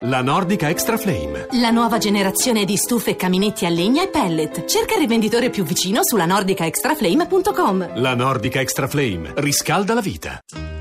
La Nordica Extra Flame. La nuova generazione di stufe e caminetti a legna e pellet. Cerca il rivenditore più vicino sulla nordicaextraflame.com. La Nordica Extra Flame riscalda la vita.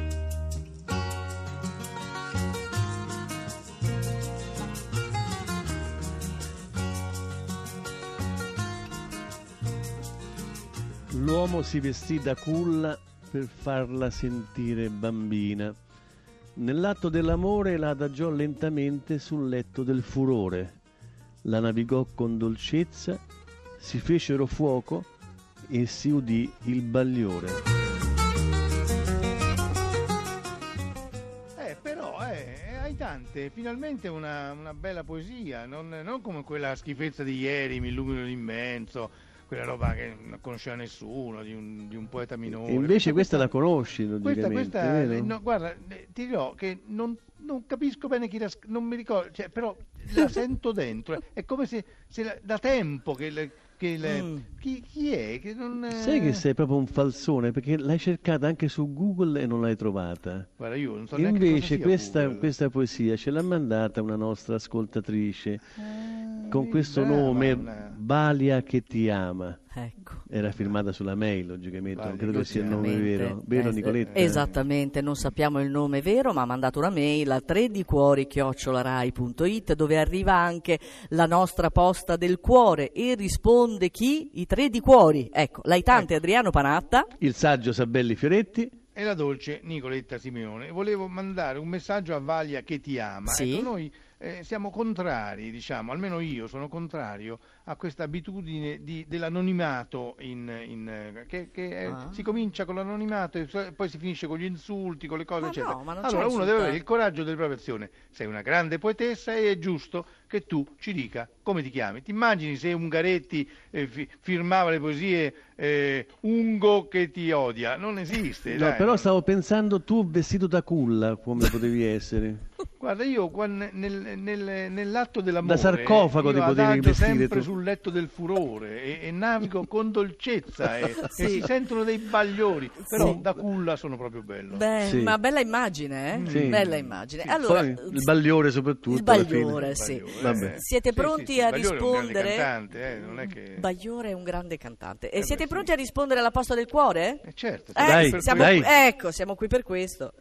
L'uomo si vestì da culla per farla sentire bambina. Nell'atto dell'amore la adagiò lentamente sul letto del furore. La navigò con dolcezza, si fecero fuoco e si udì il bagliore. Però hai tante, finalmente una bella poesia, non come quella schifezza di ieri, Mi illumino l'immenso, quella roba che non conosceva nessuno, di un poeta minore. E invece questa la conosci, logicamente, questa vero? no, guarda, ti dirò che non capisco bene chi non mi ricordo, cioè, però la sento dentro, è come se da tempo chi è? Che non... Sai che sei proprio un falsone, perché l'hai cercata anche su Google e non l'hai trovata. Guarda, io non so neanche invece cosa sia questa poesia ce l'ha mandata una nostra ascoltatrice con questo nome, Balia che ti ama. Ecco. Era firmata sulla mail, logicamente, non credo che sia il nome Esattamente. vero Nicoletta? Esattamente, non sappiamo il nome vero, ma ha mandato una mail a 3dicuori@rai.it, dove arriva anche la nostra posta del cuore e risponde chi? I 3 di cuori. Ecco, l'aitante Adriano Panatta, Il saggio Sabelli Fioretti e la dolce Nicoletta Simeone. Volevo mandare un messaggio a Valia che ti ama. Sì. Ecco, noi siamo contrari, diciamo, almeno io sono contrario a questa abitudine dell'anonimato si comincia con l'anonimato e poi si finisce con gli insulti, con le cose, eccetera. No, ma non allora c'è uno insulto, deve avere il coraggio della propria azione. Sei una grande poetessa e è giusto che tu ci dica come ti chiami. Ti immagini se Ungaretti firmava le poesie Ungo che ti odia? Non esiste. No, dai, però stavo pensando tu vestito da culla come potevi essere. Guarda, io nell'atto dell'amore Da sarcofago io ti potevi adagio vestire sempre tu. sul letto del furore e navigo con dolcezza e Sì. si sentono dei bagliori, però Sì. da culla sono proprio bello. beh, Sì. ma bella immagine, eh? Sì. Bella immagine. Allora, Poi il bagliore soprattutto. il alla fine. bagliore, sì. Vabbè. Siete pronti a rispondere? Bagliore è un grande cantante, non è che... Bagliore è un grande cantante. E beh, siete sì. pronti a rispondere alla posta del cuore? Certo, Dai, per siamo, dai. Ecco, siamo qui per questo.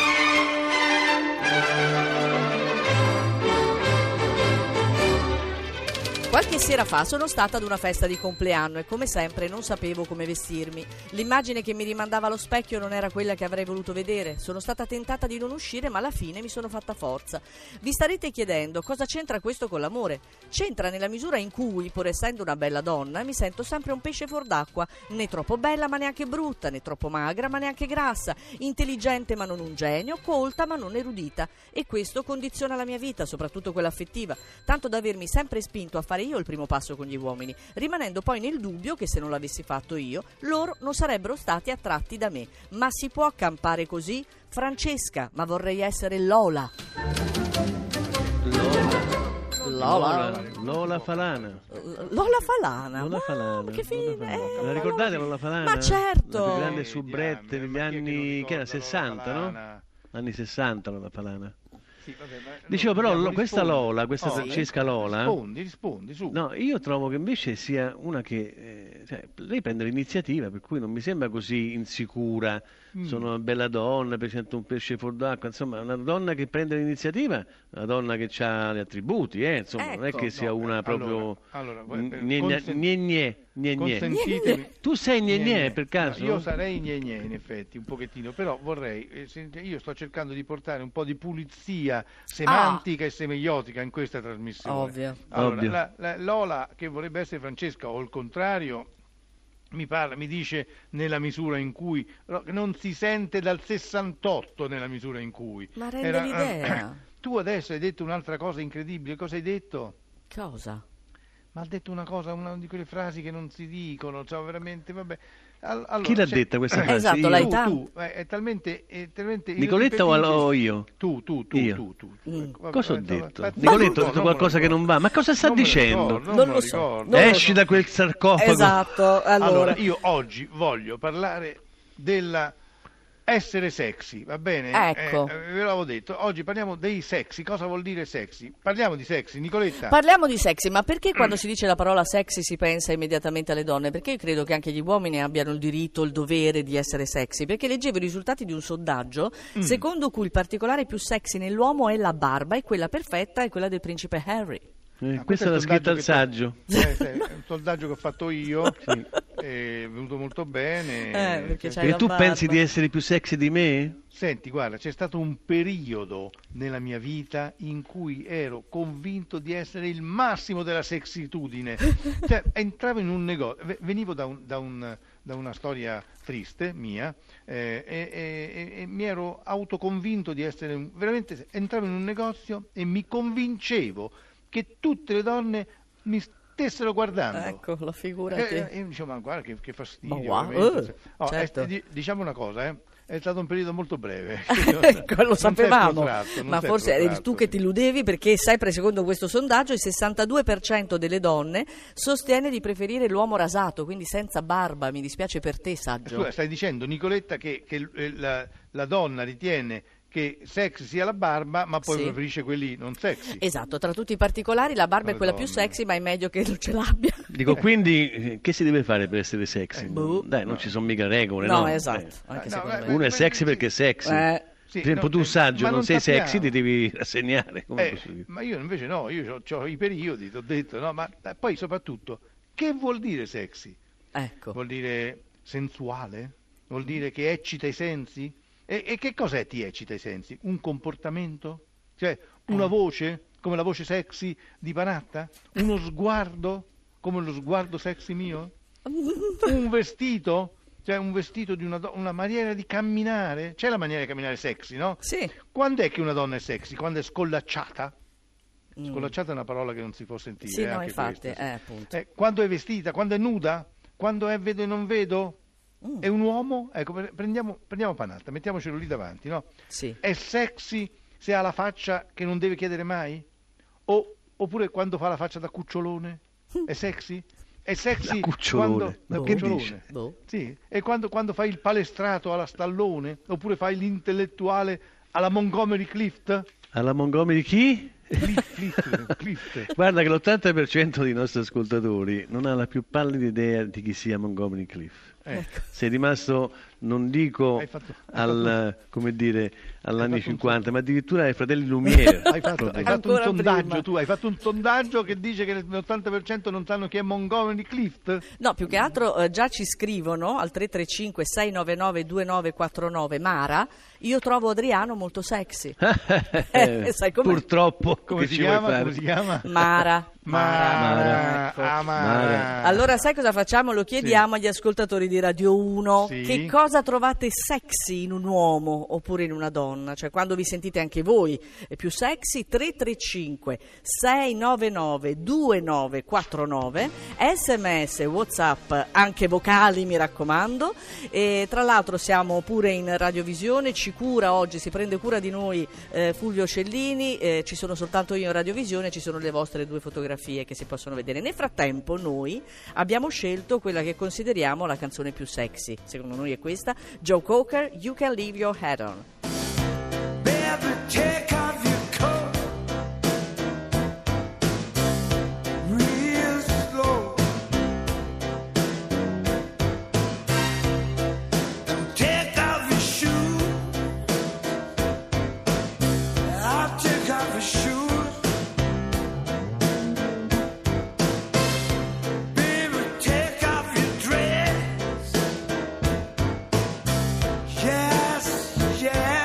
Qualche sera fa sono stata ad una festa di compleanno e come sempre non sapevo come vestirmi. L'immagine che mi rimandava allo specchio non era quella che avrei voluto vedere. Sono stata tentata di non uscire, ma alla fine mi sono fatta forza. Vi starete chiedendo cosa c'entra questo con l'amore? C'entra nella misura in cui, pur essendo una bella donna, mi sento sempre un pesce fuor d'acqua, né troppo bella ma neanche brutta, né troppo magra ma neanche grassa, intelligente ma non un genio, colta ma non erudita. E questo condiziona la mia vita, soprattutto quella affettiva, tanto da avermi sempre spinto a fare io il primo passo con gli uomini, rimanendo poi nel dubbio che se non l'avessi fatto io, loro non sarebbero stati attratti da me. Ma si può campare così? Francesca, ma vorrei essere Lola. Lola Falana. Lola Falana. Lola Falana. Che fine. La ricordate Lola Falana? Ma certo. La più grande soubrette degli anni, che era, 60, no? no? Anni 60 Lola Falana. Sì, vabbè, ma Dicevo però dobbiamo questa rispondere. Lola, questa Francesca Lola, Rispondi su. no, io trovo che invece sia una che lei prende l'iniziativa, per cui non mi sembra così insicura. Sono una bella donna, presento un pesce fuor d'acqua, insomma, una donna che prende l'iniziativa, una donna che ha gli attributi, insomma, non è che sia una proprio consentitemi. Tu sei gne per caso? No, io sarei gne in effetti, un pochettino, però vorrei, io sto cercando di portare un po' di pulizia semantica e semiotica in questa trasmissione. Ovvio. Allora, Ovvio. la Lola che vorrebbe essere Francesca o il contrario mi dice nella misura in cui non si sente dal 68 nella misura in cui Ma rende l'idea. tu adesso hai detto un'altra cosa incredibile. Cosa hai detto? Cosa? Ma ha detto una di quelle frasi che non si dicono, cioè veramente, vabbè. Allora, Chi l'ha detta questa frase? Esatto, Io? l'hai tu, è talmente Nicoletta o io? Tu. Io. Vabbè, Cosa ho vabbè, detto? aspetta, Nicoletta ha non detto me lo qualcosa che ricordo. non va. Ma cosa sta Non me lo dicendo? ricordo, Non me lo so. ricordo. Non lo Esci da quel sarcofago. Esatto, allora. Io oggi voglio parlare della Essere sexy, va bene? Ecco. Ve l'avevo detto, oggi parliamo dei sexy. Cosa vuol dire sexy? Parliamo di sexy, Nicoletta. Parliamo di sexy, ma perché quando si dice la parola sexy si pensa immediatamente alle donne? Perché io credo che anche gli uomini abbiano il diritto, il dovere di essere sexy. Perché leggevo i risultati di un sondaggio secondo cui il particolare più sexy nell'uomo è la barba e quella perfetta è quella del principe Harry. Questa l'ha scritta al saggio. È un sondaggio che ho fatto io, sì. È venuto molto bene. Perché c'hai E la tu barba. pensi di essere più sexy di me? Senti, guarda, c'è stato un periodo nella mia vita in cui ero convinto di essere il massimo della sexitudine. Cioè, entravo in un negozio, venivo da una storia triste mia e mi ero autoconvinto di essere veramente. Entravo in un negozio e mi convincevo che tutte le donne mi stessero guardando. Ecco, la figura Io dicevo, ma guarda che fastidio. Ma wow, certo. Diciamo una cosa, è stato un periodo molto breve. Ecco, lo sapevamo, ma forse eri protratto, tu che ti illudevi, perché sempre secondo questo sondaggio il 62% delle donne sostiene di preferire l'uomo rasato, quindi senza barba. Mi dispiace per te, Saggio. Scusa, stai dicendo, Nicoletta, che la donna ritiene che sexy sia la barba, ma poi Sì. preferisce quelli non sexy. Esatto, tra tutti i particolari la barba è quella più Madonna. sexy, ma è meglio che non ce l'abbia. Dico, quindi che si deve fare per essere sexy? boh. Dai, non ci sono mica regole, No, no? esatto, anche no, secondo me. Uno è sexy perché è sexy. Sì, Per esempio, no, tu saggio, ma non sei sappiamo. sexy, ti devi rassegnare. Come posso dire? Ma io invece no, io ho i periodi, ti ho detto, no? Ma poi soprattutto, che vuol dire sexy? Ecco. Vuol dire sensuale? Vuol dire che eccita i sensi? E che cos'è ti eccita i sensi? Un comportamento? Cioè una voce, come la voce sexy di Panatta? Uno sguardo, come lo sguardo sexy mio? Un vestito? Cioè un vestito di una maniera di camminare? C'è la maniera di camminare sexy, no? Sì. Quando è che una donna è sexy? Quando è scollacciata? Scollacciata è una parola che non si può sentire. Sì, no, anche infatti, questa, sì. appunto. Quando è vestita? Quando è nuda? Quando è vedo e non vedo? È un uomo? Ecco, prendiamo Panatta, mettiamocelo lì davanti, no? Sì. È sexy se ha la faccia che non deve chiedere mai? Oppure quando fa la faccia da cucciolone? È sexy? È sexy Da cucciolone. da Che cucciolone. dice? Boh. Sì. E quando fa il palestrato alla Stallone? Oppure fa l'intellettuale alla Montgomery Clift? Alla Montgomery chi? Clift. Guarda che l'80% dei nostri ascoltatori non ha la più pallida idea di chi sia Montgomery Clift. Sei rimasto, non dico come dire, all'anni 50, ma addirittura ai fratelli Lumière. Hai fatto un Ancora sondaggio prima. tu, hai fatto un sondaggio che dice che l'80% non sanno chi è Montgomery Clift? No, più che altro già ci scrivono al 335 699 2949 Mara, io trovo Adriano molto sexy. Sai com'è? Purtroppo. Come che si ci vuoi chiama? fare? Come si chiama? Mara. Ecco. Mara. Allora sai cosa facciamo? Lo chiediamo agli ascoltatori di Radio 1. Sì. Che cosa trovate sexy in un uomo oppure in una donna? Cioè quando vi sentite anche voi più sexy? 335 699 2949, SMS, WhatsApp, anche vocali mi raccomando. E tra l'altro siamo pure in radiovisione, ci cura oggi, si prende cura di noi Fulvio Cellini, ci sono soltanto io in radiovisione, ci sono le vostre 2 fotografie che si possono vedere. Nel frattempo noi abbiamo scelto quella che consideriamo la canzone più sexy, secondo noi è questa, Joe Cocker, You Can Leave Your Head On. Baby, take off your coat real slow. And take off your shoes. I'll take off your shoes. Baby, take off your dress. Yes, yes.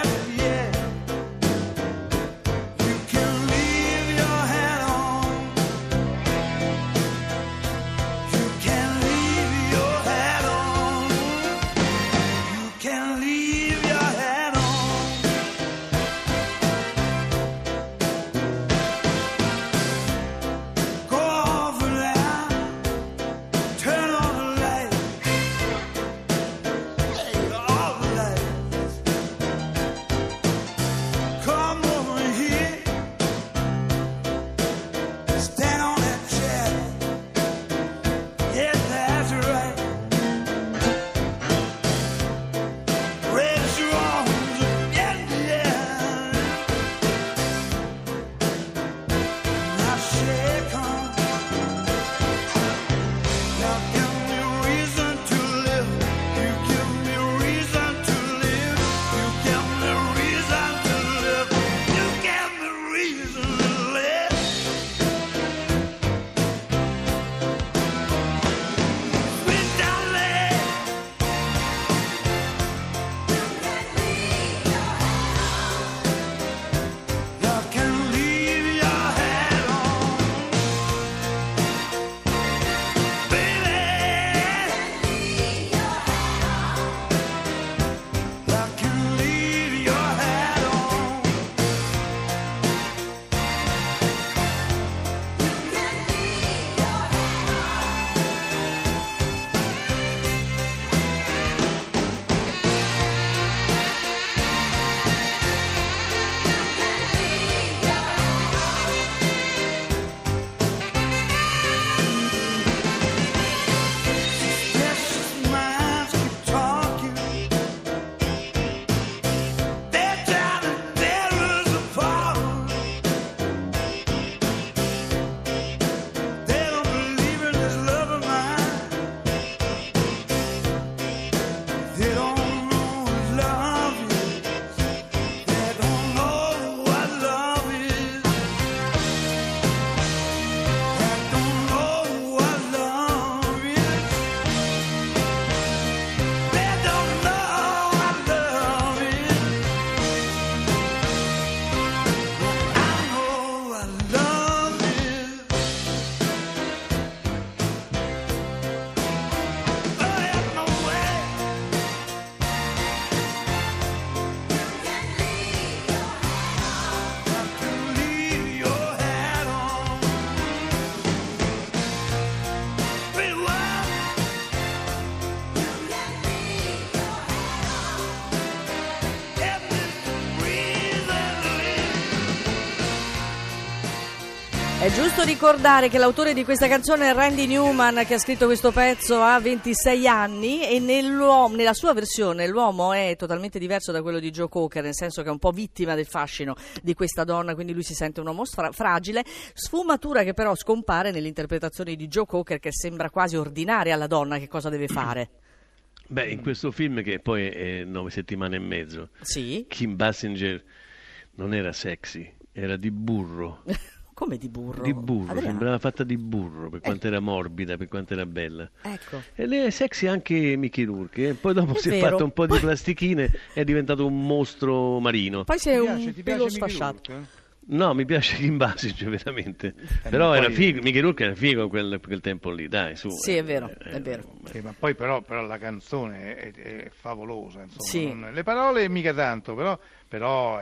È giusto ricordare che l'autore di questa canzone è Randy Newman, che ha scritto questo pezzo a 26 anni e nella sua versione l'uomo è totalmente diverso da quello di Joe Cocker, nel senso che è un po' vittima del fascino di questa donna, quindi lui si sente un uomo fragile, sfumatura che però scompare nell'interpretazione di Joe Cocker, che sembra quasi ordinare alla donna che cosa deve fare. Beh, in questo film, che poi è 9 settimane e mezzo, Sì? Kim Basinger non era sexy, era di burro. Come di burro? Di burro, Adriano. sembrava fatta di burro, per quanto era morbida, per quanto era bella. Ecco. E lei è sexy anche Mickey Rourke, poi dopo È si è vero. fatto un po' di plastichine e è diventato un mostro marino. Poi sei un Ti pelo piace Mickey sfasciato. Rourke? No, mi piace Kim Basinger veramente. Però ma era poi- figo, Mickey Rourke era figo quel tempo lì, dai, su. Sì, è vero, è vero. Ma poi però la canzone è favolosa, insomma. Sì. Le parole mica tanto, però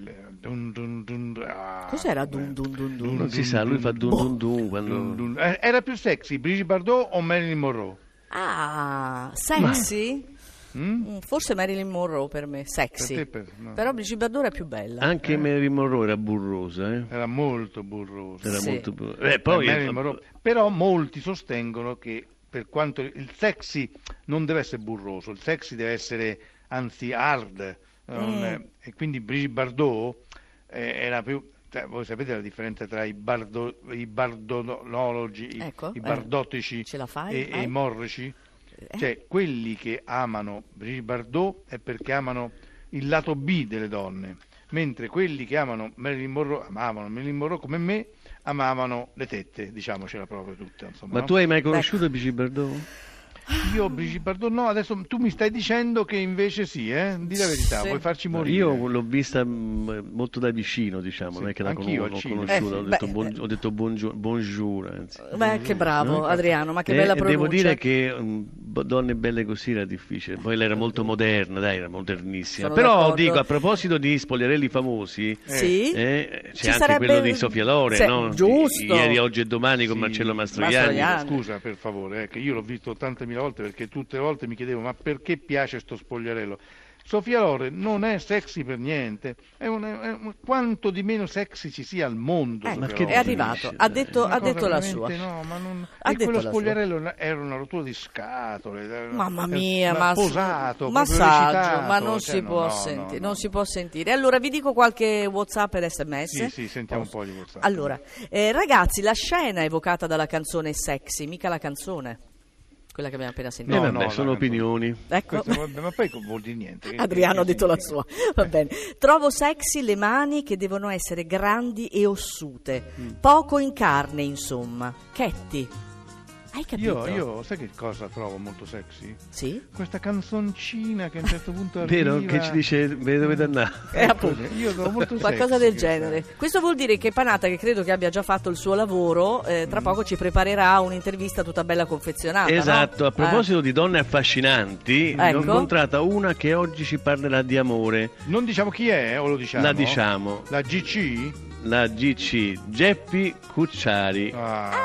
Cos'era dun dun dun dun? Non si sa, lui fa dun dun dun quando... Era più sexy Brigitte Bardot o Marilyn Monroe? Ah, sexy? Mm? Forse Marilyn Monroe per me, sexy. Per te, no. Però Brigitte Bardot è più bella. Anche Marilyn Monroe era burrosa, eh? Era molto burrosa. Era Sì. molto burrosa. Poi... Marilyn Monroe. Però molti sostengono che per quanto il sexy non deve essere burroso, il sexy deve essere anzi hard. E quindi Brigitte Bardot era più... Cioè, voi sapete la differenza tra i bardonologi, Ecco, i bardotici ce la fai? e i morrici? Cioè, quelli che amano Brigitte Bardot è perché amano il lato B delle donne, mentre quelli che amavano Marilyn Monroe come me, amavano le tette, diciamocela proprio tutte. Insomma, Ma no? tu hai mai conosciuto Brigitte Bardot? Io Brigitte Bardot no, adesso tu mi stai dicendo che invece sì, di la verità, Sì. vuoi farci morire? Io l'ho vista molto da vicino, diciamo, Sì, non è che la anch'io l'ho al cinema. conosciuta, ho detto, beh, ho detto bonjour, anzi. Beh, che bravo No? Adriano, ma che bella pronuncia. Devo dire che donne belle così era difficile. Poi lei era molto moderna, dai, era modernissima. Sono Però d'accordo. dico, a proposito di spogliarelli famosi, Sì? c'è Ci anche sarebbe- quello di Sofia Loren, Sì, no? giusto. Ieri, oggi e domani con Sì, Marcello Mastroianni. Mastroianni. Scusa per favore, che io l'ho visto tante mille volte perché tutte le volte mi chiedevo ma perché piace sto spogliarello? Sofia Loren non è sexy per niente, quanto di meno sexy ci sia al mondo. Ecco, Ma Sofia che Loren. è arrivato, ha detto, Una ha cosa detto la veramente- sua. No, ma non... Ha e detto quello la sua. spogliarello era una rottura di scatole. Mamma mia, ma posato, proprio massaggio, recitato, ma non cioè, si no, può no, sentire, no. non si può sentire. Allora vi dico qualche WhatsApp ed SMS. Sì, sentiamo un po' di WhatsApp. Allora, ragazzi, la scena evocata dalla canzone Sexy, mica la canzone, quella che abbiamo appena sentito. Vabbè, no, sono la canzone. opinioni. Ecco. Questo, vabbè, ma poi vuol dire niente. Adriano ha Che detto la significa? sua, va bene. Trovo sexy le mani che devono essere grandi e ossute, poco in carne, insomma. Chetti, hai capito? Io sai che cosa trovo molto sexy? Sì? Questa canzoncina che a un certo punto arriva. Vero? Che ci dice, ve dovete andare. Appunto. Io trovo molto Qualcosa sexy del questa. genere. Questo vuol dire che Panatta, che credo che abbia già fatto il suo lavoro, tra poco ci preparerà un'intervista tutta bella confezionata. Esatto, no? a proposito di donne affascinanti, ne Ecco. ho incontrata una che oggi ci parlerà di amore. Non diciamo chi è o lo diciamo? La diciamo, La GC? la GC, Geppi Cucciari.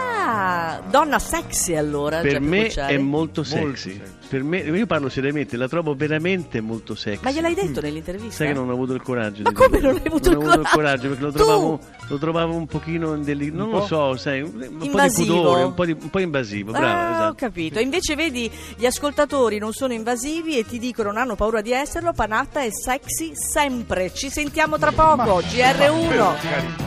Ah, donna sexy allora. Per Geppi me Cucciari. è molto sexy. Molto sexy. Per me, io parlo seriamente, la trovo veramente molto sexy. Ma gliel'hai detto nell'intervista? Sai che non ho avuto il coraggio. Ma di come dirlo. non hai avuto Non il ho avuto il coraggio? coraggio perché Tu? lo trovavo un pochino non lo po'? so, sai, un po' di Invasivo? pudore, un po' invasivo, brava, Ho esatto. capito. Invece vedi, gli ascoltatori non sono invasivi e ti dicono non hanno paura di esserlo. Panatta è sexy sempre. Ci sentiamo tra poco. GR1. Cari.